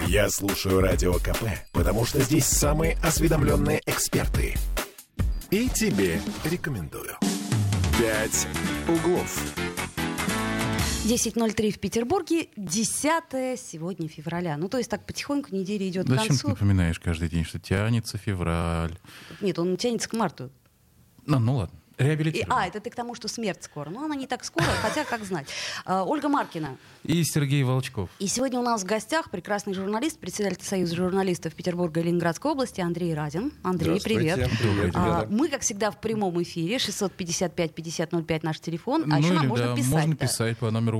Я слушаю Радио КП, потому что здесь самые осведомленные эксперты. И тебе рекомендую. «Пять углов». 10:03 в Петербурге, 10 сегодня февраля. Ну, то есть так потихоньку неделя идет к Зачем концу. ты напоминаешь каждый день, что тянется февраль? Нет, он тянется к марту. Ну ладно. Реабилитирован. Это ты к тому, что смерть скоро. Но она не так скоро, хотя как знать. Ольга Маркина. И Сергей Волчков. И сегодня у нас в гостях прекрасный журналист, председатель Союза журналистов Петербурга и Ленинградской области Андрей Радин. Андрей, привет. Привет. Мы, как всегда, в прямом эфире. 655-5005 наш телефон. А Ну еще или нам можно писать. Можно писать по номеру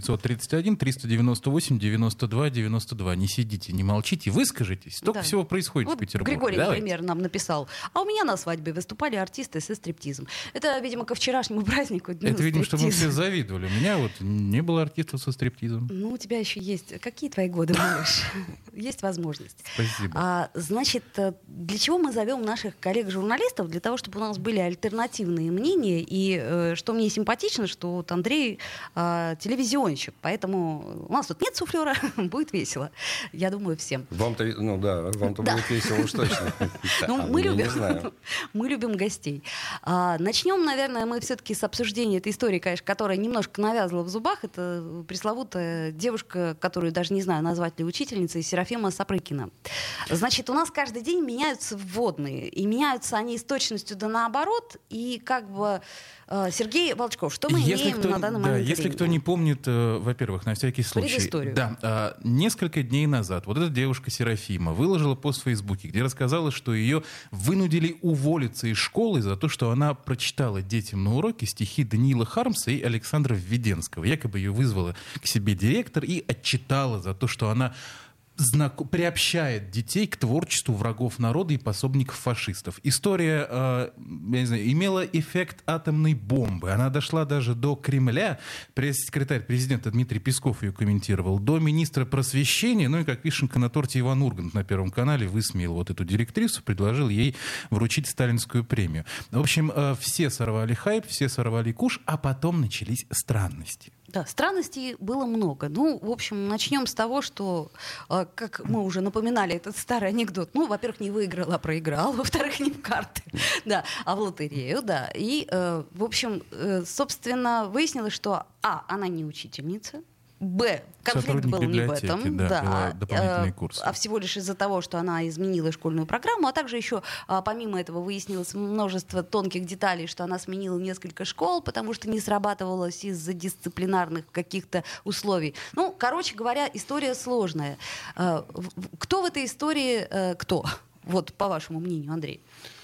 8-931-398-92-92. Не сидите, не молчите, выскажитесь. Столько всего происходит в Петербурге. Григорий, Давайте. например, нам написал. А у меня на свадьбе выступали артисты со стриптизом. Это, видимо, ко вчерашнему празднику. Это, видимо, чтобы мы все завидовали. У меня вот не было артистов со стриптизом. Ну, у тебя еще есть. Какие твои годы, малыш? Есть возможность. Спасибо. Значит, для чего мы зовем наших коллег-журналистов? Для того, чтобы у нас были альтернативные мнения. И что мне симпатично, что вот Андрей телевизионщик. Поэтому у нас тут нет суфлера, будет весело. Я думаю, всем. Вам-то будет весело уж точно. Ну, мы любим гостей. Начнем, наверное, мы все-таки с обсуждения этой истории, конечно, которая немножко навязла в зубах. Это пресловутая девушка, которую даже не знаю, назвать ли учительницей, Серафима Сапрыкина. Значит, у нас каждый день меняются вводные. И меняются они с точностью да наоборот. И как бы... Сергей Волчков, что мы имеем на данный момент? Если кто не помнит, во-первых, на всякий случай. Предысторию. Да, несколько дней назад вот эта девушка Серафима выложила пост в Фейсбуке, где рассказала, что ее вынудили уволиться из школы за то, что она прочитала детям на уроке стихи Даниила Хармса и Александра Введенского. Якобы ее вызвала к себе директор и отчитала за то, что она приобщает детей к творчеству врагов народа и пособников фашистов. История, я не знаю, имела эффект атомной бомбы. Она дошла даже до Кремля. Пресс-секретарь президента Дмитрий Песков ее комментировал. До министра просвещения, ну и как вишенка на торте Иван Ургант на Первом канале высмеял вот эту директрису, предложил ей вручить сталинскую премию. В общем, все сорвали хайп, все сорвали куш, а потом начались странности. Да, странностей было много. Ну, в общем, начнем с того, что, как мы уже напоминали, этот старый анекдот. Ну, во-первых, не выиграл, а проиграл. Во-вторых, не в карты, да, а в лотерею, да. И, в общем, собственно, выяснилось, что, она не учительница, б, конфликт был не в этом, дополнительный курс. А всего лишь из-за того, что она изменила школьную программу, а также еще, помимо этого, выяснилось множество тонких деталей, что она сменила несколько школ, потому что не срабатывалась из-за дисциплинарных каких-то условий. Ну, короче говоря, история сложная. Кто в этой истории кто? Вот, по вашему мнению, Андрей.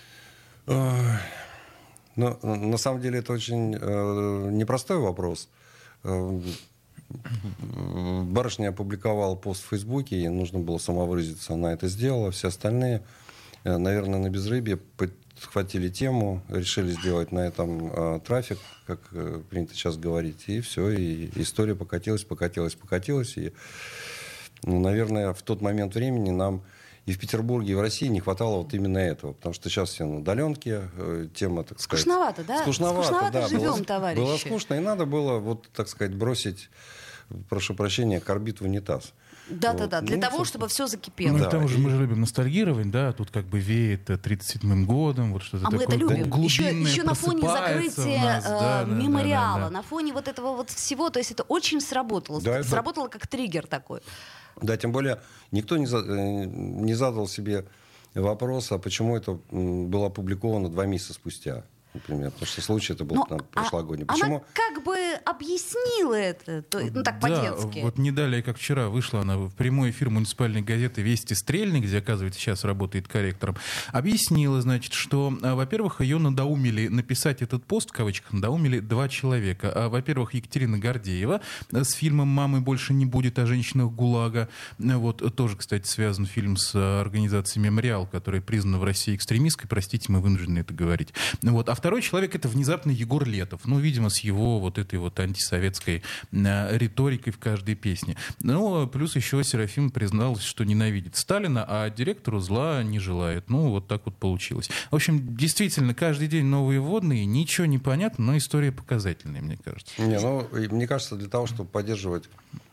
Ну, на самом деле, это очень непростой вопрос. Барышня опубликовала пост в Фейсбуке, ей нужно было самовыразиться, она это сделала. Все остальные, наверное, на безрыбье подхватили тему, решили сделать на этом трафик, как принято сейчас говорить, и все, и история покатилась. И, наверное, в тот момент времени нам и в Петербурге, и в России не хватало вот именно этого, потому что сейчас все на удаленке, тема, так сказать... Скучновато, да? Скучновато живем, товарищи. Было скучно, и надо было, вот, так сказать, бросить, прошу прощения, корбит в унитаз. Да, для того, чтобы все закипело. Ну, к тому же мы же любим ностальгировать, да, тут как бы веет 37-м годом, вот что-то такое. Мы это любим. Глубинное Еще на фоне закрытия мемориала, да. На фоне вот этого вот всего, то есть это очень сработало. Да, сработало как триггер такой. Да, тем более никто не задал себе вопрос, а почему это было опубликовано 2 месяца спустя. Например, потому что случай это был прошлогодний. Почему? Она как бы объяснила это, так по-детски. Вот не далее, как вчера, вышла она в прямой эфир муниципальной газеты «Вести Стрельный», где, оказывается, сейчас работает корректором, объяснила, значит, что, во-первых, ее надоумили написать этот пост, в кавычках, надоумили 2 человека. Во-первых, Екатерина Гордеева с фильмом «Мамы больше не будет» о женщинах ГУЛАГа. Вот тоже, кстати, связан фильм с организацией «Мемориал», которая признана в России экстремистской. Простите, мы вынуждены это говорить. Вот. А второй человек — это внезапно Егор Летов. Ну, видимо, с его вот этой вот антисоветской риторикой в каждой песне. Ну, плюс еще Серафима призналась, что ненавидит Сталина, а директору зла не желает. Ну, вот так вот получилось. В общем, действительно, каждый день новые вводные, ничего не понятно, но история показательная, мне кажется. Мне кажется, для того, чтобы поддерживать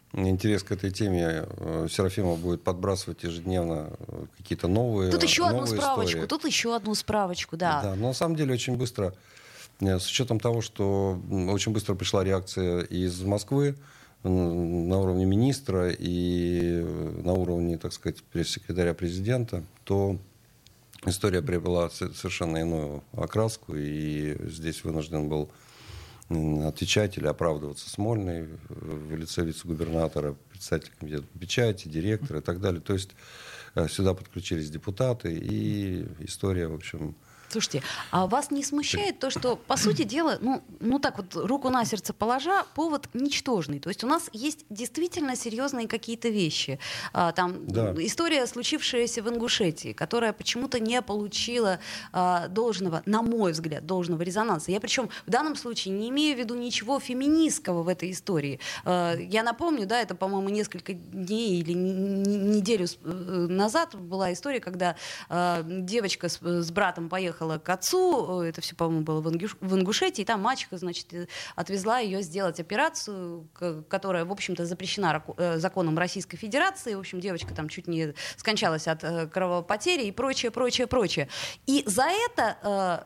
интерес к этой теме Серафима будет подбрасывать ежедневно какие-то новые Тут еще одну новые справочку, истории. тут еще одну справочку, да. Да, но на самом деле очень быстро, с учетом того, что очень быстро пришла реакция из Москвы на уровне министра и на уровне, так сказать, пресс-секретаря президента, то история приобрела совершенно иную окраску, и здесь вынужден был отвечать или оправдываться Смольный в лице вице-губернатора, председателя комитета по печати, директора и так далее. То есть сюда подключились депутаты, и история, в общем... Слушайте, а вас не смущает то, что, по сути дела, ну так вот, руку на сердце положа, повод ничтожный. То есть у нас есть действительно серьезные какие-то вещи. Там Да. история, случившаяся в Ингушетии, которая почему-то не получила должного, на мой взгляд, должного резонанса. Я причем в данном случае не имею в виду ничего феминистского в этой истории. Я напомню, да, это, по-моему, несколько дней или неделю назад была история, когда девочка с братом поехала к отцу, это все, по-моему, было в Ингушетии, и там мачеха, значит, отвезла ее сделать операцию, которая, в общем-то, запрещена законом Российской Федерации. В общем, девочка там чуть не скончалась от кровопотери и прочее, прочее, прочее. И за это,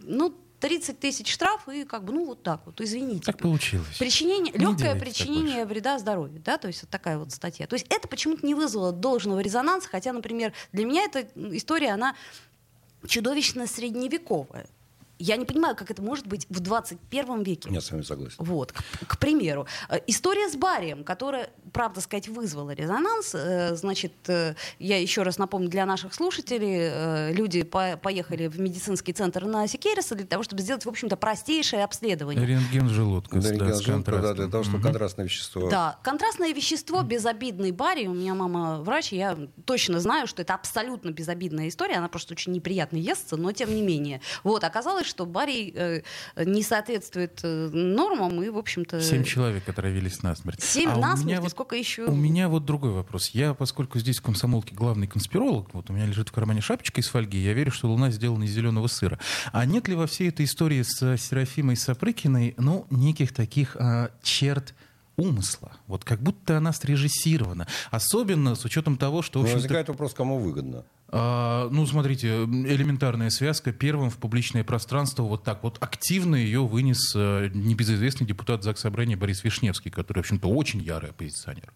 30 тысяч штраф, и как бы, вот так вот, извините. Так получилось. Легкое причинение вреда здоровью, да, то есть вот такая вот статья. То есть это почему-то не вызвало должного резонанса, хотя, например, для меня эта история, она чудовищно средневековая. Я не понимаю, как это может быть в 21 веке. Я с вами согласен. Вот, к примеру. История с Барием, которая, правда сказать, вызвала резонанс. Значит, я еще раз напомню для наших слушателей, люди поехали в медицинский центр на Сикейроса для того, чтобы сделать, в общем-то, простейшее обследование. Рентген желудка. Рентген желудка, да, для того, чтобы контрастное вещество... Да, контрастное вещество, безобидный барий. У меня мама врач, и я точно знаю, что это абсолютно безобидная история. Она просто очень неприятно естся, но тем не менее. Вот, оказалось, что барий не соответствует нормам, и, в общем-то... 7 человек отравились насмерть. 7 насмерть, и сколько еще... У меня вот другой вопрос. Я, поскольку здесь в комсомолке главный конспиролог, вот у меня лежит в кармане шапочка из фольги, я верю, что Луна сделана из зеленого сыра. А нет ли во всей этой истории с Серафимой Сапрыкиной, неких таких черт умысла? Вот как будто она срежиссирована. Особенно с учетом того, что... возникает вопрос, кому выгодно. Смотрите, элементарная связка. Первым в публичное пространство вот так вот активно ее вынес небезызвестный депутат Заксобрания Борис Вишневский, который, в общем-то, очень ярый оппозиционер.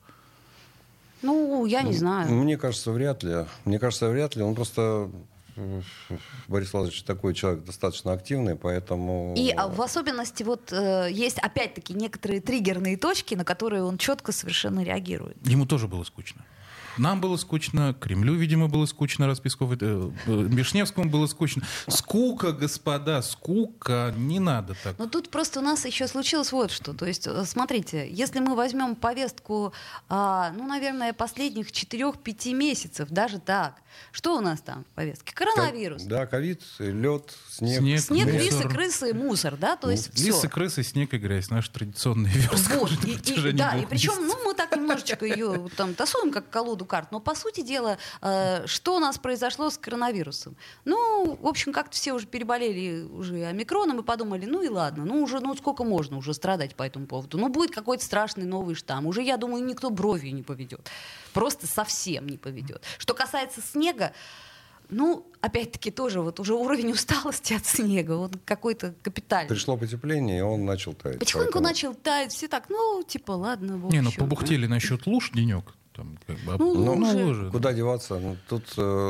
Я не знаю. Мне кажется, вряд ли. Он просто... Борис Владимирович такой человек достаточно активный, поэтому... И в особенности есть опять-таки некоторые триггерные точки, на которые он четко совершенно реагирует. Ему тоже было скучно. Нам было скучно, Кремлю, видимо, было скучно, раз Песков, Вишневскому было скучно. Скука, господа, скука, не надо так. Но тут просто у нас еще случилось вот что. То есть, смотрите, если мы возьмем повестку, наверное, последних 4-5 месяцев, даже так, что у нас там в повестке? Коронавирус. Да, ковид, лед, снег. Снег, мусор. рисы, крысы, мусор, да, то есть все. Рисы, крысы, снег и грязь, наша традиционная верстка. Вот, и причем, мы так немножечко ее там тасуем, как колоду карт, но по сути дела, что у нас произошло с коронавирусом? В общем, как-то все уже переболели уже омикроном и подумали, и ладно, уже, сколько можно уже страдать по этому поводу? Будет какой-то страшный новый штамм, уже, я думаю, никто бровью не поведет, просто совсем не поведет. Что касается снега, опять-таки тоже уже уровень усталости от снега, он какой-то капитальный. Пришло потепление, и он начал таять. Потихоньку начал таять, все так, ладно, в общем. Побухтели насчет луж денек. Там, лужи. Куда деваться? Тут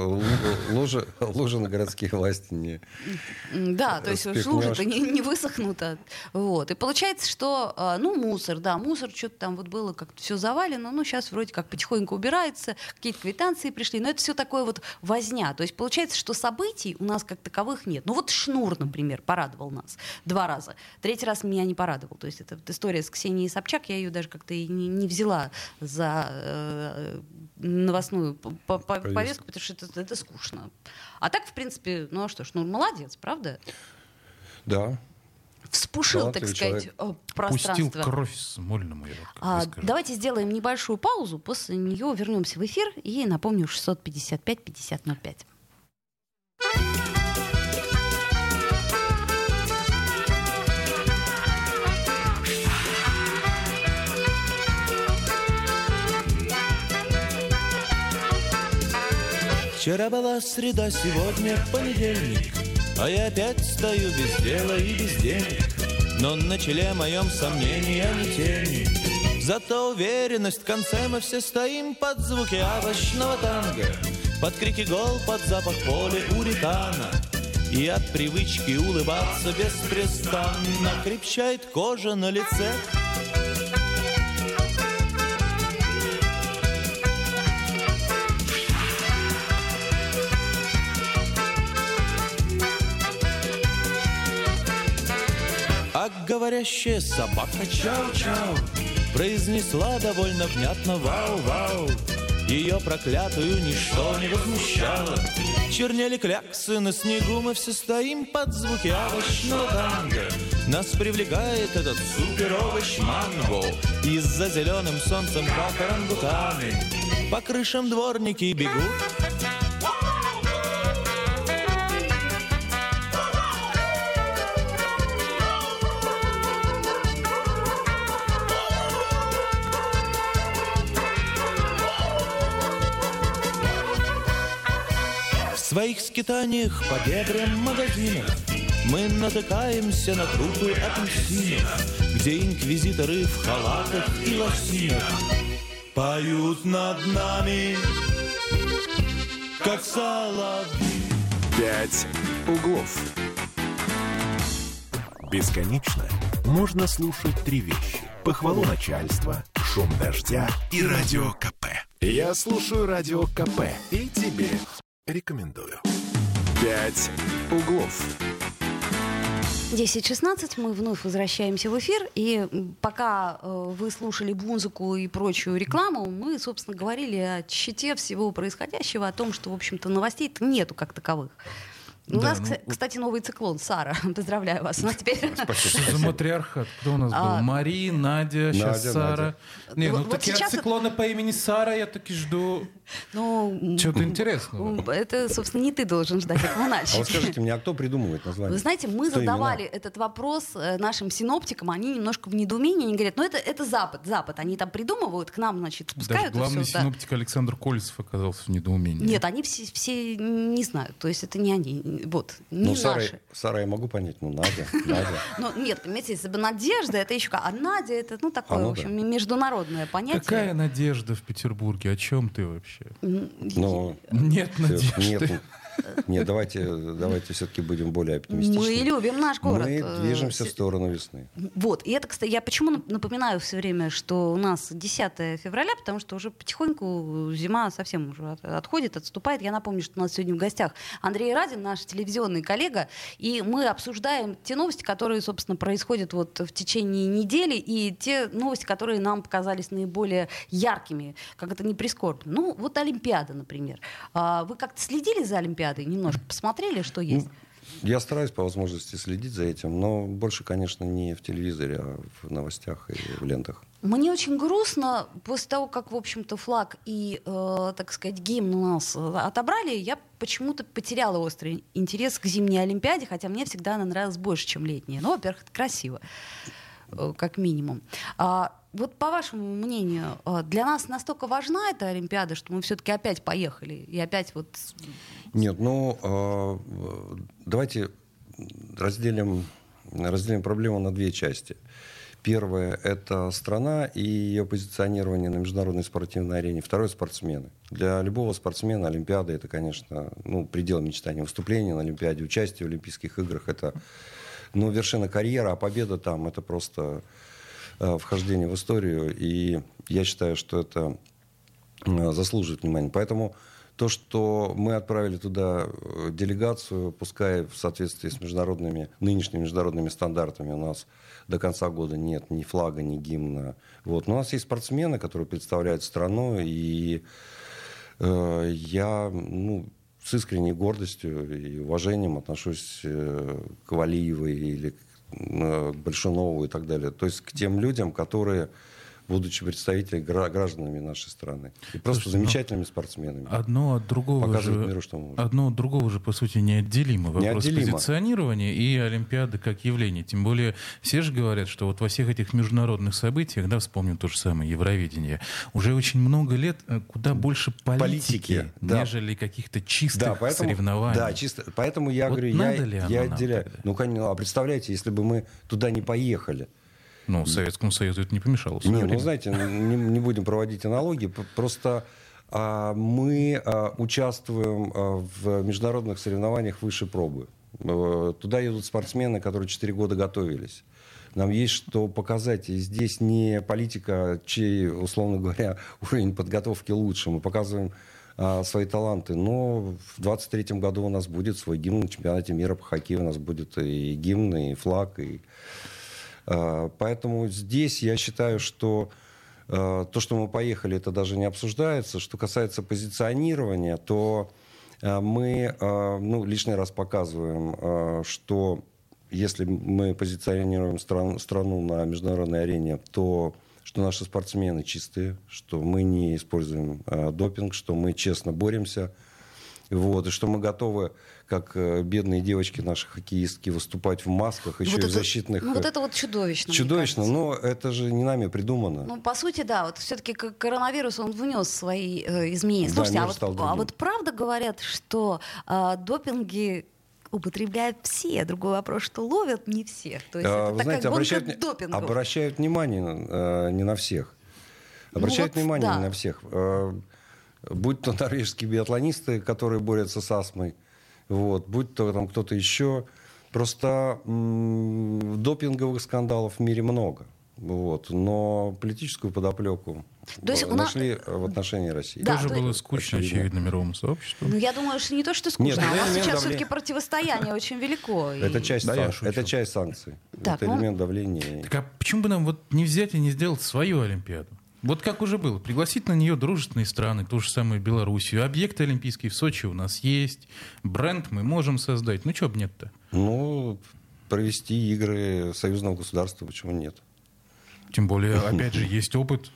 лужи на городские власти не... Да, то есть лужи-то не высохнут. Вот. И получается, что мусор, что-то там было, как-то все завалено, сейчас вроде как потихоньку убирается, какие-то квитанции пришли, но это все такое возня. То есть получается, что событий у нас как таковых нет. Шнур, например, порадовал нас 2 раза. 3-й раз меня не порадовал. То есть это история с Ксенией Собчак, я ее даже как-то и не взяла за новостную повестку, потому что это скучно. А так, в принципе, Шнур молодец, правда? Да. Вспушил, так сказать, пространство. Пустил кровь Смольному, я так скажу. Давайте сделаем небольшую паузу, после нее вернемся в эфир и напомню 655-5005. Вчера была среда, сегодня понедельник, а я опять стою без дела и без денег. Но на челе моем сомнения ни тени. Зато уверенность, в конце мы все стоим под звуки овощного танго, под крики гол, под запах поля уритана. И от привычки улыбаться беспрестанно крепчает кожа на лице. А говорящая собака чау-чау произнесла довольно внятно вау-вау. Ее проклятую ничто не возмущало. Чернели кляксы на снегу, мы все стоим под звуки овощного танго. Нас привлекает этот суперовощ манго. И за зеленым солнцем, как орангутаны, по крышам дворники бегут. В своих скитаниях по дебрям магазинов мы натыкаемся на трупы апельсинов, где инквизиторы в халатах и лосинах поют над нами, как соловьи. «Пять углов». Бесконечно можно слушать три вещи: похвалу начальства, шум дождя и радио КП. Я слушаю радио КП и тебе рекомендую. «Пять углов». 10:16, мы вновь возвращаемся в эфир, и пока вы слушали музыку и прочую рекламу, мы, собственно, говорили о чите всего происходящего, о том, что, в общем-то, новостей-то нету как таковых. У нас, кстати, новый циклон. Сара, поздравляю вас. У нас теперь... Что за матриархат? Кто у нас был? Мари, Надя, сейчас Сара. Не, ну так я циклона по имени Сара, я таки жду... Что-то интересного. Это, собственно, не ты должен ждать, как иначе. А вот скажите мне, а кто придумывает название? Вы знаете, мы задавали этот вопрос нашим синоптикам, они немножко в недоумении, они говорят, это Запад, они там придумывают, к нам, значит, спускают. Даже главный синоптик Александр Кольцев оказался в недоумении. Нет, они все не знают, то есть это не они, вот, не наши. Сара я могу понять, Надя. Нет, понимаете, если бы Надежда, это еще как, а Надя это, такое, в общем, международное понятие. Какая надежда в Петербурге? О чем ты вообще? Нет надежды. Нет, давайте все-таки будем более оптимистичны. Мы любим наш город. Мы движемся в сторону весны. Вот. И это, кстати, я почему напоминаю все время, что у нас 10 февраля, потому что уже потихоньку зима совсем уже отходит, отступает. Я напомню, что у нас сегодня в гостях Андрей Радин, наш телевизионный коллега, и мы обсуждаем те новости, которые, собственно, происходят вот в течение недели, и те новости, которые нам показались наиболее яркими, как это ни прискорбно. Вот Олимпиада, например. Вы как-то следили за Олимпиадой? Немножко посмотрели, что есть? Я стараюсь по возможности следить за этим, но больше, конечно, не в телевизоре, а в новостях и в лентах. Мне очень грустно. После того, как, в общем-то, флаг и, так сказать, гимн у нас отобрали, я почему-то потеряла острый интерес к зимней Олимпиаде, хотя мне всегда она нравилась больше, чем летняя. Во-первых, это красиво, как минимум. Вот по вашему мнению, для нас настолько важна эта Олимпиада, что мы все-таки опять поехали и опять вот... Нет, давайте разделим проблему на две части. Первое — это страна и ее позиционирование на международной спортивной арене. Второе — спортсмены. Для любого спортсмена Олимпиада — это, конечно, предел мечтания. Выступление на Олимпиаде, участие в Олимпийских играх — это вершина карьеры, а победа там — это просто вхождение в историю. И я считаю, что это заслуживает внимания. Поэтому то, что мы отправили туда делегацию, пускай в соответствии с нынешними международными стандартами, у нас до конца года нет ни флага, ни гимна. Но у нас есть спортсмены, которые представляют страну, и я с искренней гордостью и уважением отношусь к Валиевой или к Большунову и так далее. То есть к тем людям, которые будучи представителями, гражданами нашей страны. И просто замечательными спортсменами. Одно от другого же, по сути, неотделимо. Вопрос позиционирования и Олимпиады как явление. Тем более, все же говорят, что вот во всех этих международных событиях, да, вспомним то же самое Евровидение, уже очень много лет куда больше политики нежели каких-то чистых соревнований. Да, чисто. Поэтому я говорю, я отделяю. А представляете, если бы мы туда не поехали. Ну, Советскому Союзу это не помешало. Знаете, не будем проводить аналогии. Просто мы участвуем в международных соревнованиях выше пробы. Туда едут спортсмены, которые 4 года готовились. Нам есть что показать. И здесь не политика, чей, условно говоря, уровень подготовки лучше. Мы показываем свои таланты. Но в 2023 году у нас будет свой гимн на чемпионате мира по хоккею. У нас будет и гимн, и флаг, Поэтому здесь я считаю, что то, что мы поехали, это даже не обсуждается. Что касается позиционирования, то мы лишний раз показываем, что если мы позиционируем страну на международной арене, то что наши спортсмены чистые, что мы не используем допинг, что мы честно боремся. И что мы готовы, как бедные девочки наши хоккеистки, выступать в масках, еще и в защитных... это чудовищно. Чудовищно, но это же не нами придумано. По сути, да, вот все-таки коронавирус, он внес свои изменения. Слушайте, вот правда говорят, что допинги употребляют все. Другой вопрос, что ловят не все. То есть это такая гонка допингов. Обращают внимание не на всех. Обращают внимание не на всех. Будь то норвежские биатлонисты, которые борются с астмой, будь то там кто-то еще. Просто допинговых скандалов в мире много. Но политическую подоплеку нашли в отношении России. Тоже было скучно, очевидно, мировому сообществу. Я думаю, что не то, что скучно, у нас сейчас все-таки противостояние очень велико. Это часть санкций. Это элемент давления. Так а почему бы нам не взять и не сделать свою Олимпиаду? Вот как уже было, пригласить на нее дружественные страны, ту же самую Белоруссию. Объекты олимпийские в Сочи у нас есть, бренд мы можем создать. Чего бы нет-то? Провести игры союзного государства, почему нет? Тем более, опять же, есть опыт.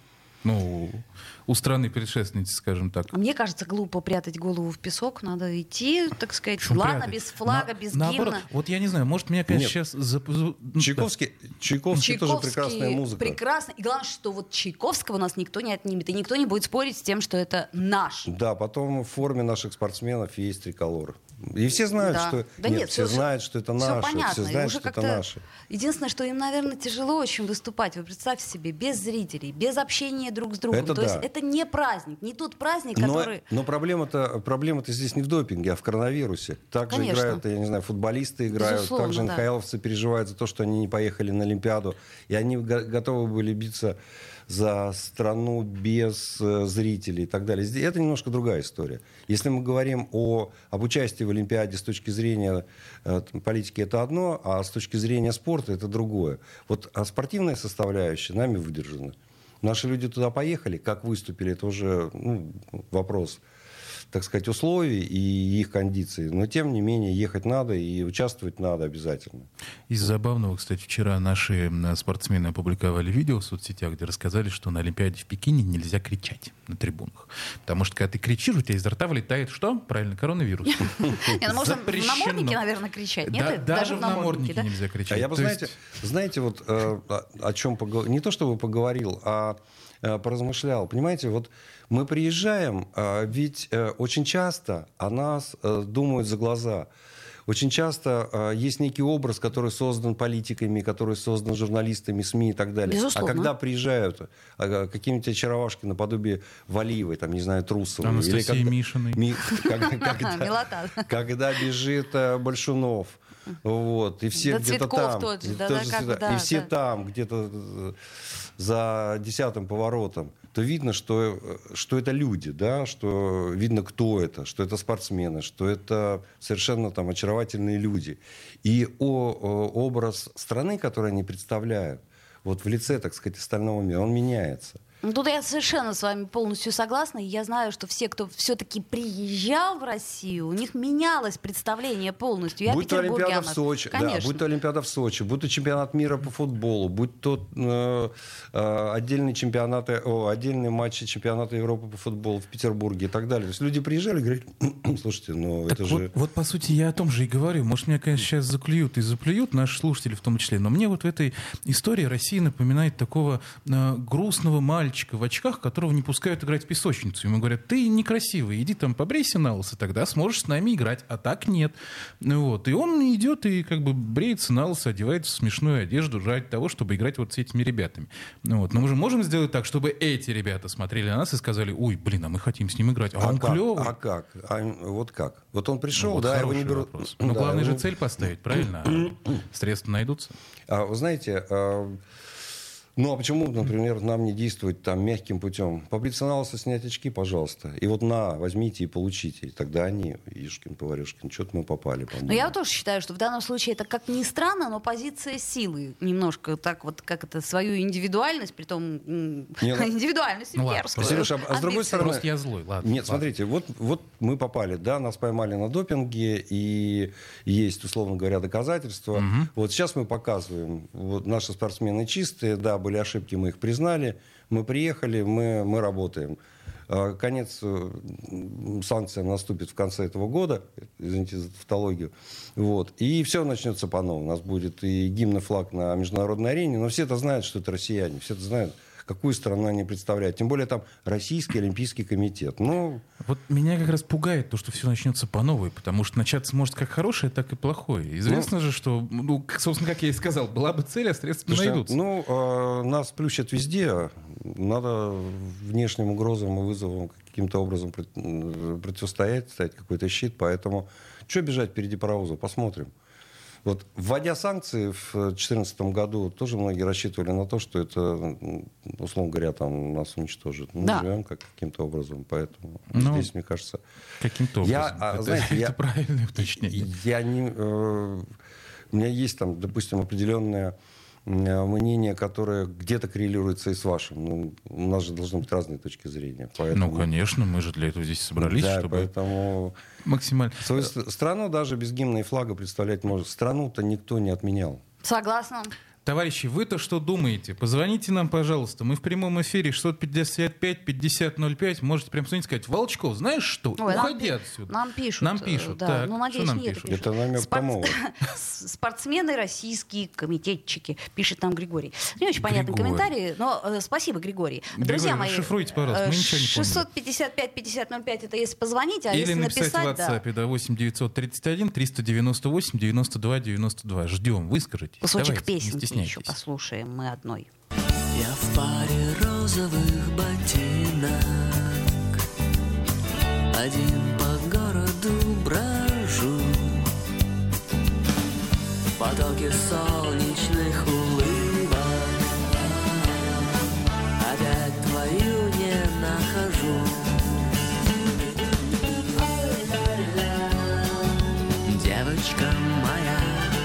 У страны предшественницы, скажем так. Мне кажется, глупо прятать голову в песок. Надо идти, так сказать, ладно, без флага, без гимна. Вот я не знаю, может, меня, конечно, сейчас... Чайковский тоже прекрасная музыка. Прекрасно. И главное, что Чайковского у нас никто не отнимет. И никто не будет спорить с тем, что это наш. Да, потом в форме наших спортсменов есть триколор. И все знают, что... все знают, что это наше. Понятно. Все знают, что это наше. Единственное, что им, наверное, тяжело очень выступать. Вы представьте себе, без зрителей, без общения друг с другом. Есть это не праздник, не тот праздник, который... Но проблема-то здесь не в допинге, а в коронавирусе. Также играют, я не знаю, футболисты играют, безусловно, также НХЛовцы переживают за то, что они не поехали на Олимпиаду. И они готовы были биться за страну без зрителей и так далее. Это немножко другая история. Если мы говорим об участии в Олимпиаде с точки зрения политики, это одно, а с точки зрения спорта это другое. Спортивная составляющая нами выдержана. Наши люди туда поехали, как выступили, это уже вопрос, так сказать, условий и их кондиций. Но, тем не менее, ехать надо и участвовать надо обязательно. Из забавного, кстати, вчера наши спортсмены опубликовали видео в соцсетях, где рассказали, что на Олимпиаде в Пекине нельзя кричать на трибунах. Потому что, когда ты кричишь, у тебя изо рта вылетает что? Правильно, коронавирус. Можно в наморднике, наверное, кричать. Нет, даже в наморднике нельзя кричать. Я бы, знаете, о чем поговорил, не то чтобы поговорил, а поразмышлял. Понимаете, мы приезжаем, ведь очень часто о нас думают за глаза. Очень часто есть некий образ, который создан политиками, который создан журналистами, СМИ и так далее. Безусловно. А когда приезжают какие-нибудь очаровашки наподобие Валиевой, там, не знаю, Трусовой. Анастасии Мишиной. Когда бежит Большунов. И все где-то там. И все там, где-то за 10-м поворотом, то видно, что это люди, да, что видно, кто это, что это спортсмены, что это совершенно там очаровательные люди. И образ страны, который они представляют, в лице, так сказать, остального мира, он меняется. Тут я совершенно с вами полностью согласна. Я знаю, что все, кто все-таки приезжал в Россию, у них менялось представление полностью. Будь то Олимпиада в Сочи, да, будь то Олимпиада в Сочи, будь то чемпионат мира по футболу, будь то отдельные матчи чемпионата Европы по футболу в Петербурге и так далее. То есть люди приезжали и говорят, слушайте, ну так это вот, же... Вот, по сути, я о том же и говорю. Может, меня, конечно, сейчас заклюют и заплюют, наши слушатели в том числе, но мне вот в этой истории Россия напоминает такого грустного мальчика в очках, которого не пускают играть в песочницу. Ему говорят, ты некрасивый, иди там побрейся на лысо, тогда сможешь с нами играть, а так нет. Вот. И он идет и как бы бреется на лысо, одевается в смешную одежду ради того, чтобы играть вот с этими ребятами. Вот. Но мы же можем сделать так, чтобы эти ребята смотрели на нас и сказали, ой, блин, а мы хотим с ним играть, а он клевый. А как? Вот как? Вот он пришел, вот да, его не берут. Вопрос. Но главное же цель поставить, правильно? Средства найдутся. Вы знаете... Ну, а почему, например, нам не действовать там мягким путем? Побриться на лысо, снять очки, пожалуйста. И вот возьмите и получите. И тогда они, Ишкин-Поварешкин, что-то мы попали, по-моему. Но я тоже считаю, что в данном случае это, как ни странно, но позиция силы. Немножко так вот, как это, свою индивидуальность, притом индивидуальность имперскую. Сереж, а с другой стороны... Просто я злой, ладно. Нет, смотрите, вот мы попали, да, нас поймали на допинге, и есть, условно говоря, доказательства. Вот сейчас мы показываем, вот наши спортсмены чистые, да, были ошибки, мы их признали, мы приехали, мы работаем. Конец санкциям наступит в конце этого года, извините за тавтологию, вот, и все начнется по новому. У нас будет и гимн, и флаг на международной арене, но все это знают, что это россияне, все это знают, какую страну они представляют. Тем более там Российский Олимпийский комитет. Ну... Вот меня как раз пугает то, что все начнется по новой, потому что начаться может как хорошее, так и плохое. Известно же, что, собственно, как я и сказал, была бы цель, а средства не найдутся. Нас плющат везде. Надо внешним угрозам и вызовам каким-то образом противостоять, ставить какой-то щит. Поэтому что бежать впереди паровоза? Посмотрим. Вот, вводя санкции в 2014 году, тоже многие рассчитывали на то, что это, условно говоря, там нас уничтожит. Мы живем каким-то образом, поэтому здесь, мне кажется... Каким-то образом. Это правильное уточнение. У меня есть там, допустим, определенное мнение, которое где-то коррелируется и с вашим. У нас же должны быть разные точки зрения. Поэтому... Ну, конечно, мы же для этого здесь собрались, да, чтобы поэтому... максимально... Свою страну даже без гимна и флага представлять может. Страну-то никто не отменял. Согласна. Товарищи, вы-то что думаете? Позвоните нам, пожалуйста. Мы в прямом эфире 655-5005. Можете прям звонить и сказать, Волчков, знаешь что? Уходи отсюда. Нам пишут. Нам пишут. Да. Так, ну, надеюсь, нам нет, пишут? Это намек кому? Спортсмены российские, комитетчики, пишет нам Григорий. Не очень понятный комментарий, но спасибо, Григорий. Друзья мои, шифруйте, пожалуйста, мы ничего не поняли. 655-5005 это если позвонить, а или если написать написать, в WhatsApp, да, 8-931-398-92-92. Ждем, выскажитесь. Кусочек давайте, песенки еще послушаем мы одной. Я в паре розовых ботинок один по городу брожу, в потоке солнечных улыбок опять твою не нахожу. Девочка моя,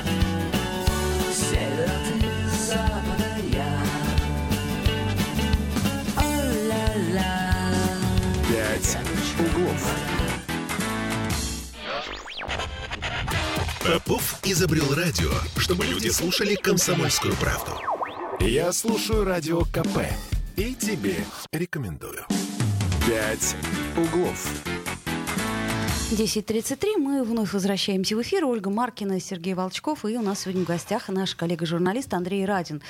севера ты, запада я. О-ля-ля. 5 углов. Попов изобрел радио, чтобы люди слушали комсомольскую правду. Я слушаю радио КП и тебе рекомендую. 5 углов. 10:33. Мы вновь возвращаемся в эфир. Ольга Маркина, Сергей Волчков. И у нас сегодня в гостях наш коллега-журналист Андрей Радин.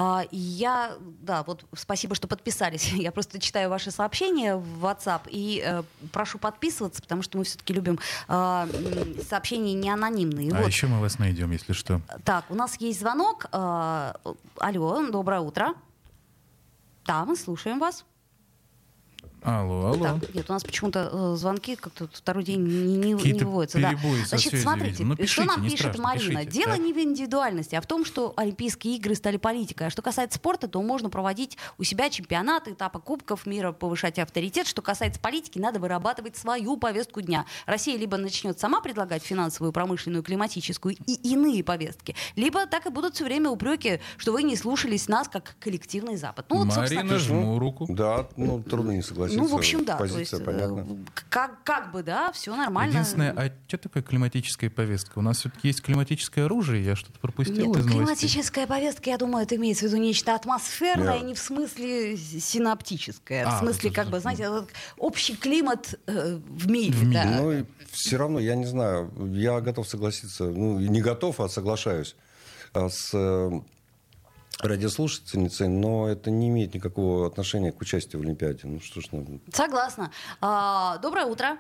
Спасибо, что подписались. Я просто читаю ваши сообщения в WhatsApp и прошу подписываться, потому что мы все-таки любим сообщения не анонимные. Еще мы вас найдем, если что. Так, у нас есть звонок. Алло, доброе утро. Да, мы слушаем вас. Алло. Так, нет, у нас почему-то звонки как-то второй день не выводятся. Перебои со Значит, связью, смотрите, видимо. Ну, пишите, что нам не пишет страшно, Марина. пишите. Дело Так. не в индивидуальности, а в том, что Олимпийские игры стали политикой. А что касается спорта, то можно проводить у себя чемпионаты, этапы Кубков мира, повышать авторитет. Что касается политики, надо вырабатывать свою повестку дня. Россия либо начнет сама предлагать финансовую, промышленную, климатическую и иные повестки, либо так и будут все время упреки, что вы не слушались нас как коллективный Запад. Ну, вот, собственно, Марина, жму руку. Да, трудно не согласиться. ну, в общем, да. То Позиция есть, понятна. как бы, да, все нормально. Единственное, а что такое климатическая повестка? У нас все-таки есть климатическое оружие, я что-то пропустил Нет, из новостей. климатическая повестка, я думаю, это имеется в виду нечто атмосферное, Нет. не в смысле синаптическое, в А, смысле, вот как бы, знаете, вот общий климат в мире. В мире. Да. Ну, и все равно, я не знаю, я готов согласиться, ну, не готов, а соглашаюсь с радиослушательницей, но это не имеет никакого отношения к участию в Олимпиаде. Ну, что ж, Согласна. Доброе утро.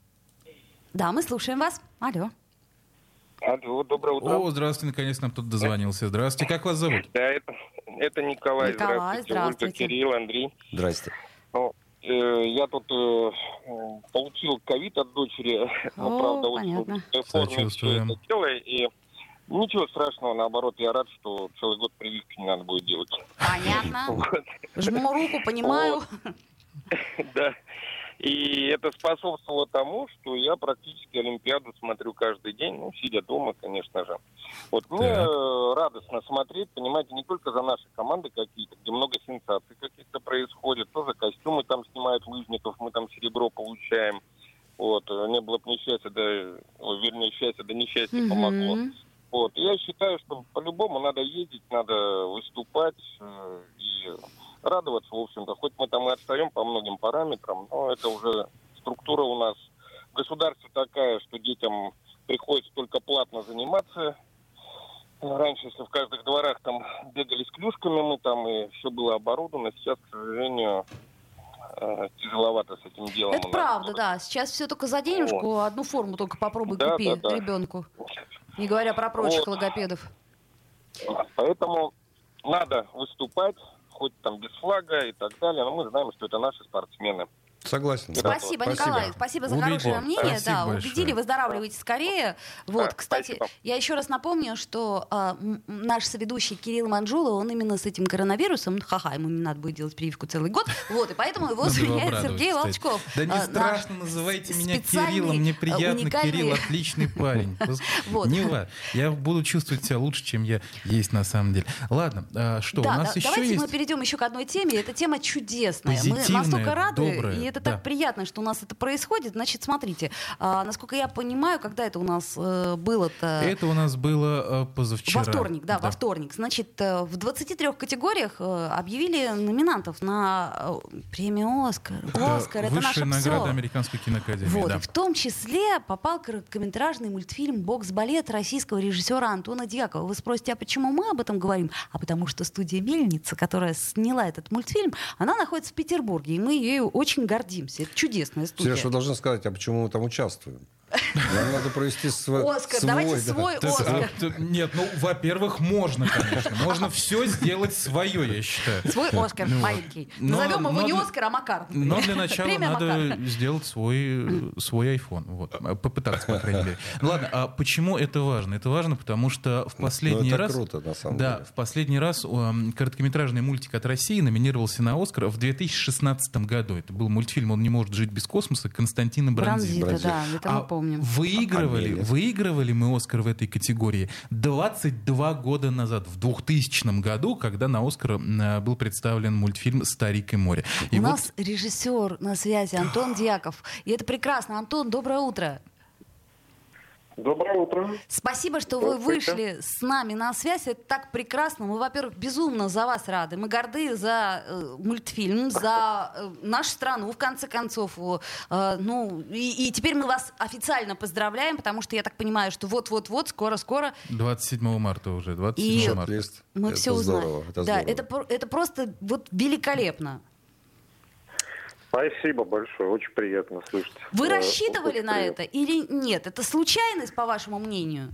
Да, мы слушаем вас. Алло. Алло, доброе утро. О, здравствуйте, наконец нам тут дозвонился. Здравствуйте, как вас зовут? Да, это Николай. Николай, Здравствуйте. Ольга, Кирилл, Андрей. здрасте. Ну, я тут получил ковид от дочери. Ну, правда, очень понятно. форме все Сочувствуем. это дело. И ничего страшного, наоборот, я рад, что целый год прививки не надо будет делать. Понятно. Вот. Жму руку, понимаю. Да. И это способствовало тому, что я практически Олимпиаду смотрю каждый день, ну, сидя дома, конечно же. Вот мне радостно смотреть, понимаете, не только за наши команды какие-то, где много сенсаций каких-то происходит, то за костюмы там снимают лыжников, мы там серебро получаем. Вот, не было бы несчастья, вернее, счастья, да несчастье помогло. Вот, я считаю, что по-любому надо ездить, надо выступать и радоваться, в общем-то. Хоть мы там и отстаем по многим параметрам, но это уже структура у нас в государстве такая, что детям приходится только платно заниматься. Раньше, если в каждых дворах там бегали с клюшками, мы там и все было оборудовано, сейчас, к сожалению, тяжеловато с этим делом. Это правда, да. Сейчас все только за денежку, одну форму только попробуй Да, купи да. ребенку. Не говоря про прочих Вот. логопедов. Поэтому надо выступать, хоть там без флага и так далее, но мы знаем, что это наши спортсмены. Согласен. Спасибо, Николай. Спасибо за хорошее Убедили. мнение. Спасибо Да, большое. убедили, выздоравливайте скорее. Вот, Да, кстати, спасибо. я еще раз напомню, что наш соведущий Кирилл Манжула, он именно с этим коронавирусом, ему не надо будет делать прививку целый год, вот, и поэтому его Надо его заменяет обрадовать, Сергей кстати. Волчков. Да не Наш страшно, называйте меня специальный, Кириллом, мне приятно, уникальный- Кирилл отличный парень. Вот. Не важно, я буду чувствовать себя лучше, чем я есть на самом деле. Ладно, что, у Да, нас еще давайте мы есть... перейдем еще к одной теме. Эта тема чудесная. Мы Позитивная, настолько рады, добрая, и это да. так приятно, что у нас это происходит. Значит, смотрите, насколько я понимаю, когда это у нас было-то? Это у нас было позавчера. Во вторник, да, во вторник. Значит, в 23 категориях объявили номинантов на премию «Оскар». «Оскар» — это наша Высшая награда всё. Американской киноакадемии. Вот, да. и в том числе попал короткометражный мультфильм «Бокс-балет» российского режиссера Антона Дьякова. Вы спросите, а почему мы об этом говорим? А потому что студия «Мельница», которая сняла этот мультфильм, она находится в Петербурге, и мы ею очень гордимся. Это чудесная студия. Сереж, вы должны сказать, а почему мы там участвуем? Нам надо провести свой... Оскар, давайте свой Так, Оскар. нет, ну, во-первых, можно, конечно. Можно все сделать свое, я считаю. Свой Оскар Ну, маленький. но- Назовем его но не для- Оскар, а Макар. Но для начала Премия надо Макар. сделать свой iPhone. Вот. Попытаться, по крайней мере. Ну ладно, а почему это важно? Это важно, потому что в последний это раз... круто, на самом Да, деле. в последний раз короткометражный мультик от России номинировался на Оскар в 2016 году. Это был мультфильм «Он не может жить без космоса» Константина Бронзина. Бронзита, да, это мы А помним. выигрывали мы «Оскар» в этой категории 22 года назад, в 2000 году, когда на «Оскар» был представлен мультфильм «Старик и море». И У вот нас режиссер на связи Антон Дьяков. И это прекрасно. Антон, доброе утро. Доброе утро. Спасибо, что вы вышли с нами на связь. Это так прекрасно. Мы, во-первых, безумно за вас рады. Мы горды за мультфильм, за нашу страну, в конце концов. И теперь мы вас официально поздравляем, потому что я так понимаю, что вот-вот-вот, скоро-скоро 27 марта уже, 27 И- марта. Есть. мы Это все узнаем. здорово, это Да, здорово. это просто вот великолепно. Спасибо большое, очень приятно слышать. Вы Э, рассчитывали на приятно. это или нет? Это случайность, по вашему мнению?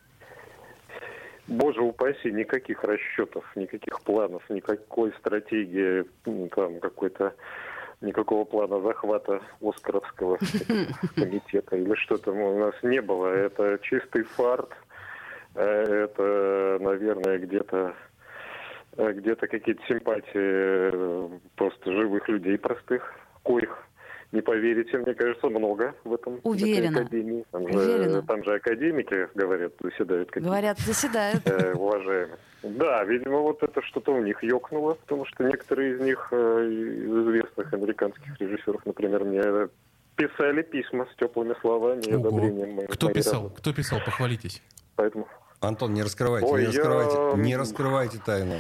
Боже упаси, никаких расчетов, никаких планов, никакой стратегии, там какой-то никакого плана захвата Оскаровского комитета или что-то у нас не было. Это чистый фарт. Это, наверное, где-то какие-то симпатии просто живых людей простых, коих, не поверите, мне кажется, много в этом. Уверена. Академии. Уверена. Там же академики, говорят, заседают. Говорят, заседают. Уважаемые. Да, видимо, вот это что-то у них ёкнуло, потому что некоторые из них, из известных американских режиссеров, например, мне писали письма с теплыми словами и одобрением. Кто писал? Кто писал? Похвалитесь. Поэтому... Антон, не раскрывайте, не раскрывайте тайну.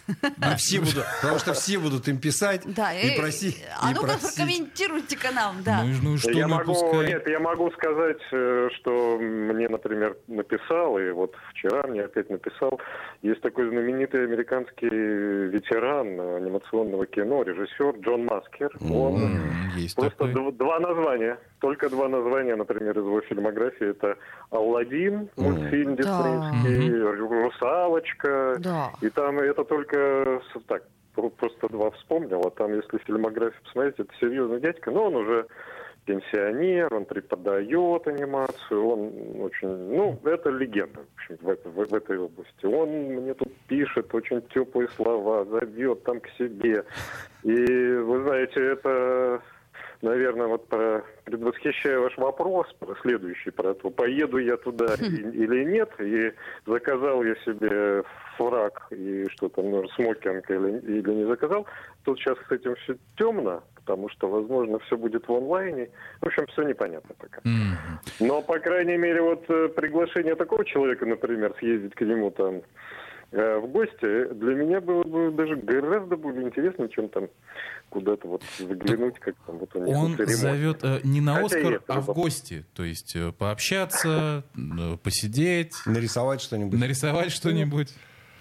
Потому что все будут им писать и просить. А ну-ка, прокомментируйте-ка нам, да. Ну и что напускай? Я могу сказать, что мне, например, написал, и вот вчера мне опять написал, есть такой знаменитый американский ветеран анимационного кино, режиссер Джон Маскер. Он просто два названия, только два названия, например, из его фильмографии. Это «Аладдин», мультфильм диснеевский, «Русалочка». И там это только так, просто два вспомнил, а там, если фильмографию посмотреть, это серьезный дядька, но он уже пенсионер, он преподает анимацию, он очень, это легенда, в общем, в этой области. Он мне тут пишет очень теплые слова, зовет там к себе. И, вы знаете, это... Наверное, вот предвосхищая ваш вопрос, следующий, про то, поеду я туда или нет, и заказал я себе фрак и что-то, смокинг или не заказал, тут сейчас с этим все темно, потому что, возможно, все будет в онлайне. В общем, все непонятно пока. Но, по крайней мере, вот приглашение такого человека, например, съездить к нему там в гости, для меня было бы даже гораздо более интересно, чем там куда-то вот заглянуть, как там вот у них. Он зовет не на Оскар, а в гости. То есть пообщаться, посидеть. Нарисовать что-нибудь.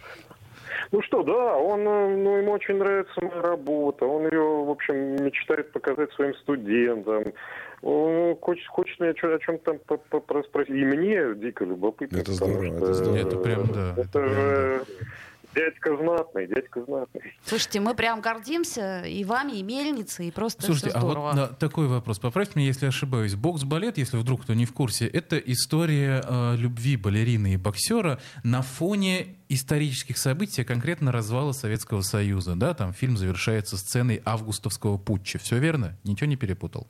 Ну что, да, ему очень нравится моя работа. Он ее, в общем, мечтает показать своим студентам. Он хочет меня о чем-то там спросить. И мне дико любопытно. Это здорово. Это прям, да. Это же дядька знатный. Слушайте, мы прям гордимся и вами, и мельницей, и просто Слушайте, все здорово. А вот такой вопрос. Поправьте меня, если ошибаюсь. Бокс-балет, если вдруг кто не в курсе, это история любви балерины и боксера на фоне исторических событий, а конкретно развала Советского Союза. Да? Там фильм завершается сценой августовского путча. Все верно? Ничего не перепутал?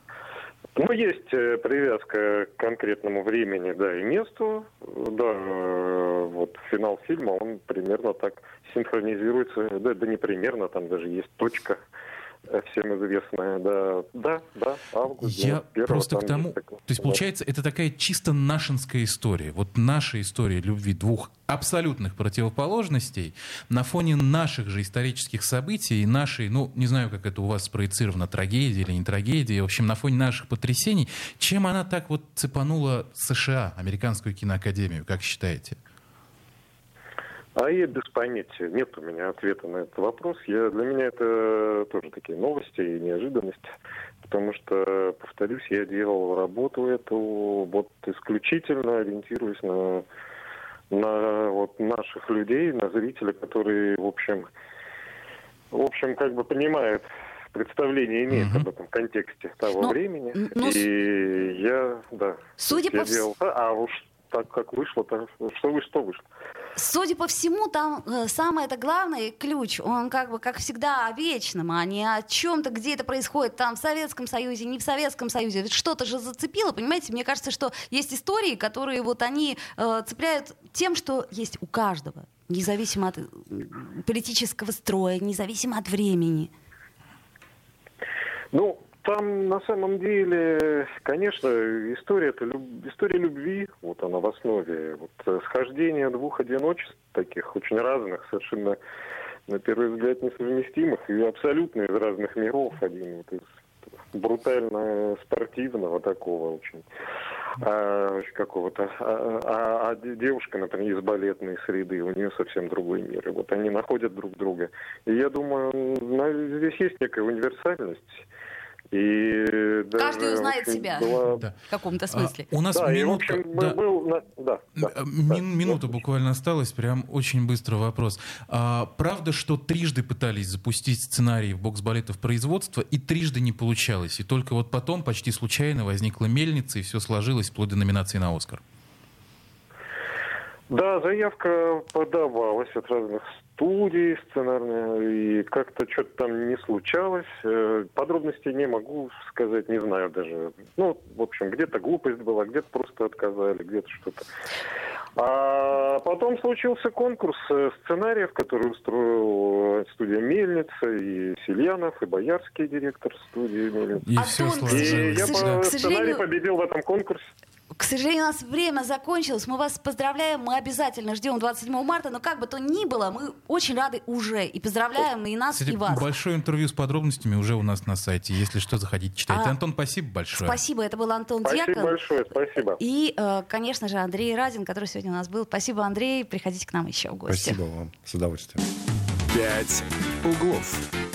Есть привязка к конкретному времени, да, и месту. Да, вот финал фильма, он примерно так синхронизируется. Да не примерно, там даже есть точка всем известная. Да, август. Я просто к тому... То есть, получается, это такая чисто нашинская история. Вот наша история любви двух абсолютных противоположностей на фоне наших же исторических событий и нашей, не знаю, как это у вас спроецировано, трагедия или не трагедия, в общем, на фоне наших потрясений, чем она так вот цепанула США, Американскую киноакадемию, как считаете? А я без понятия. Нет у меня ответа на этот вопрос. Для меня это тоже такие новости и неожиданности. Потому что, повторюсь, я делал работу эту вот исключительно ориентируясь на вот наших людей, на зрителей, которые, в общем, как бы понимают, представление имеют об этом контексте того времени. И я делал. А уж так как вышло, что вышло. Судя по всему, там самое-то главное, ключ, он как всегда о вечном, а не о чем-то, где это происходит, там в Советском Союзе, не в Советском Союзе. Ведь что-то же зацепило, понимаете? Мне кажется, что есть истории, которые вот они цепляют тем, что есть у каждого, независимо от политического строя, независимо от времени. Там на самом деле, конечно, история любви, вот она в основе, вот схождение двух одиночеств таких очень разных, совершенно на первый взгляд несовместимых и абсолютно из разных миров. Один вот из брутально спортивного такого очень какого-то, а девушка, например, из балетной среды, у нее совсем другой мир. И вот они находят друг друга. И я думаю, здесь есть некая универсальность. И даже, каждый узнает в общем, себя Да. в каком-то смысле. У нас Да, и, в минутка. общем, Да. Минута Да. буквально осталась, прям очень быстро вопрос. Правда, что трижды пытались запустить сценарий в бокс-балетов производства, и трижды не получалось, и только вот потом почти случайно возникла мельница, и все сложилось вплоть до номинации на «Оскар»? Да, заявка подавалась от разных студий сценарных, и как-то что-то там не случалось. Подробностей не могу сказать, не знаю даже. Ну, в общем, где-то глупость была, где-то просто отказали, где-то что-то. А потом случился конкурс сценариев, который устроил студия «Мельница», и Сильянов, и Боярский, директор студии «Мельница». И Антон, все к сложилось. И я к по сожалению- сценарию победил в этом конкурсе. К сожалению, у нас время закончилось. Мы вас поздравляем. Мы обязательно ждем 27 марта. Но как бы то ни было, мы очень рады уже. И поздравляем и нас, Кстати, и вас. большое интервью с подробностями уже у нас на сайте. Если что, заходите, читайте. А, Антон, спасибо большое. Спасибо. Это был Антон Спасибо Дьякон. большое, спасибо. И, конечно же, Андрей Разин, который сегодня у нас был. Спасибо, Андрей. Приходите к нам еще в гости. Спасибо вам. С удовольствием. «Пять углов».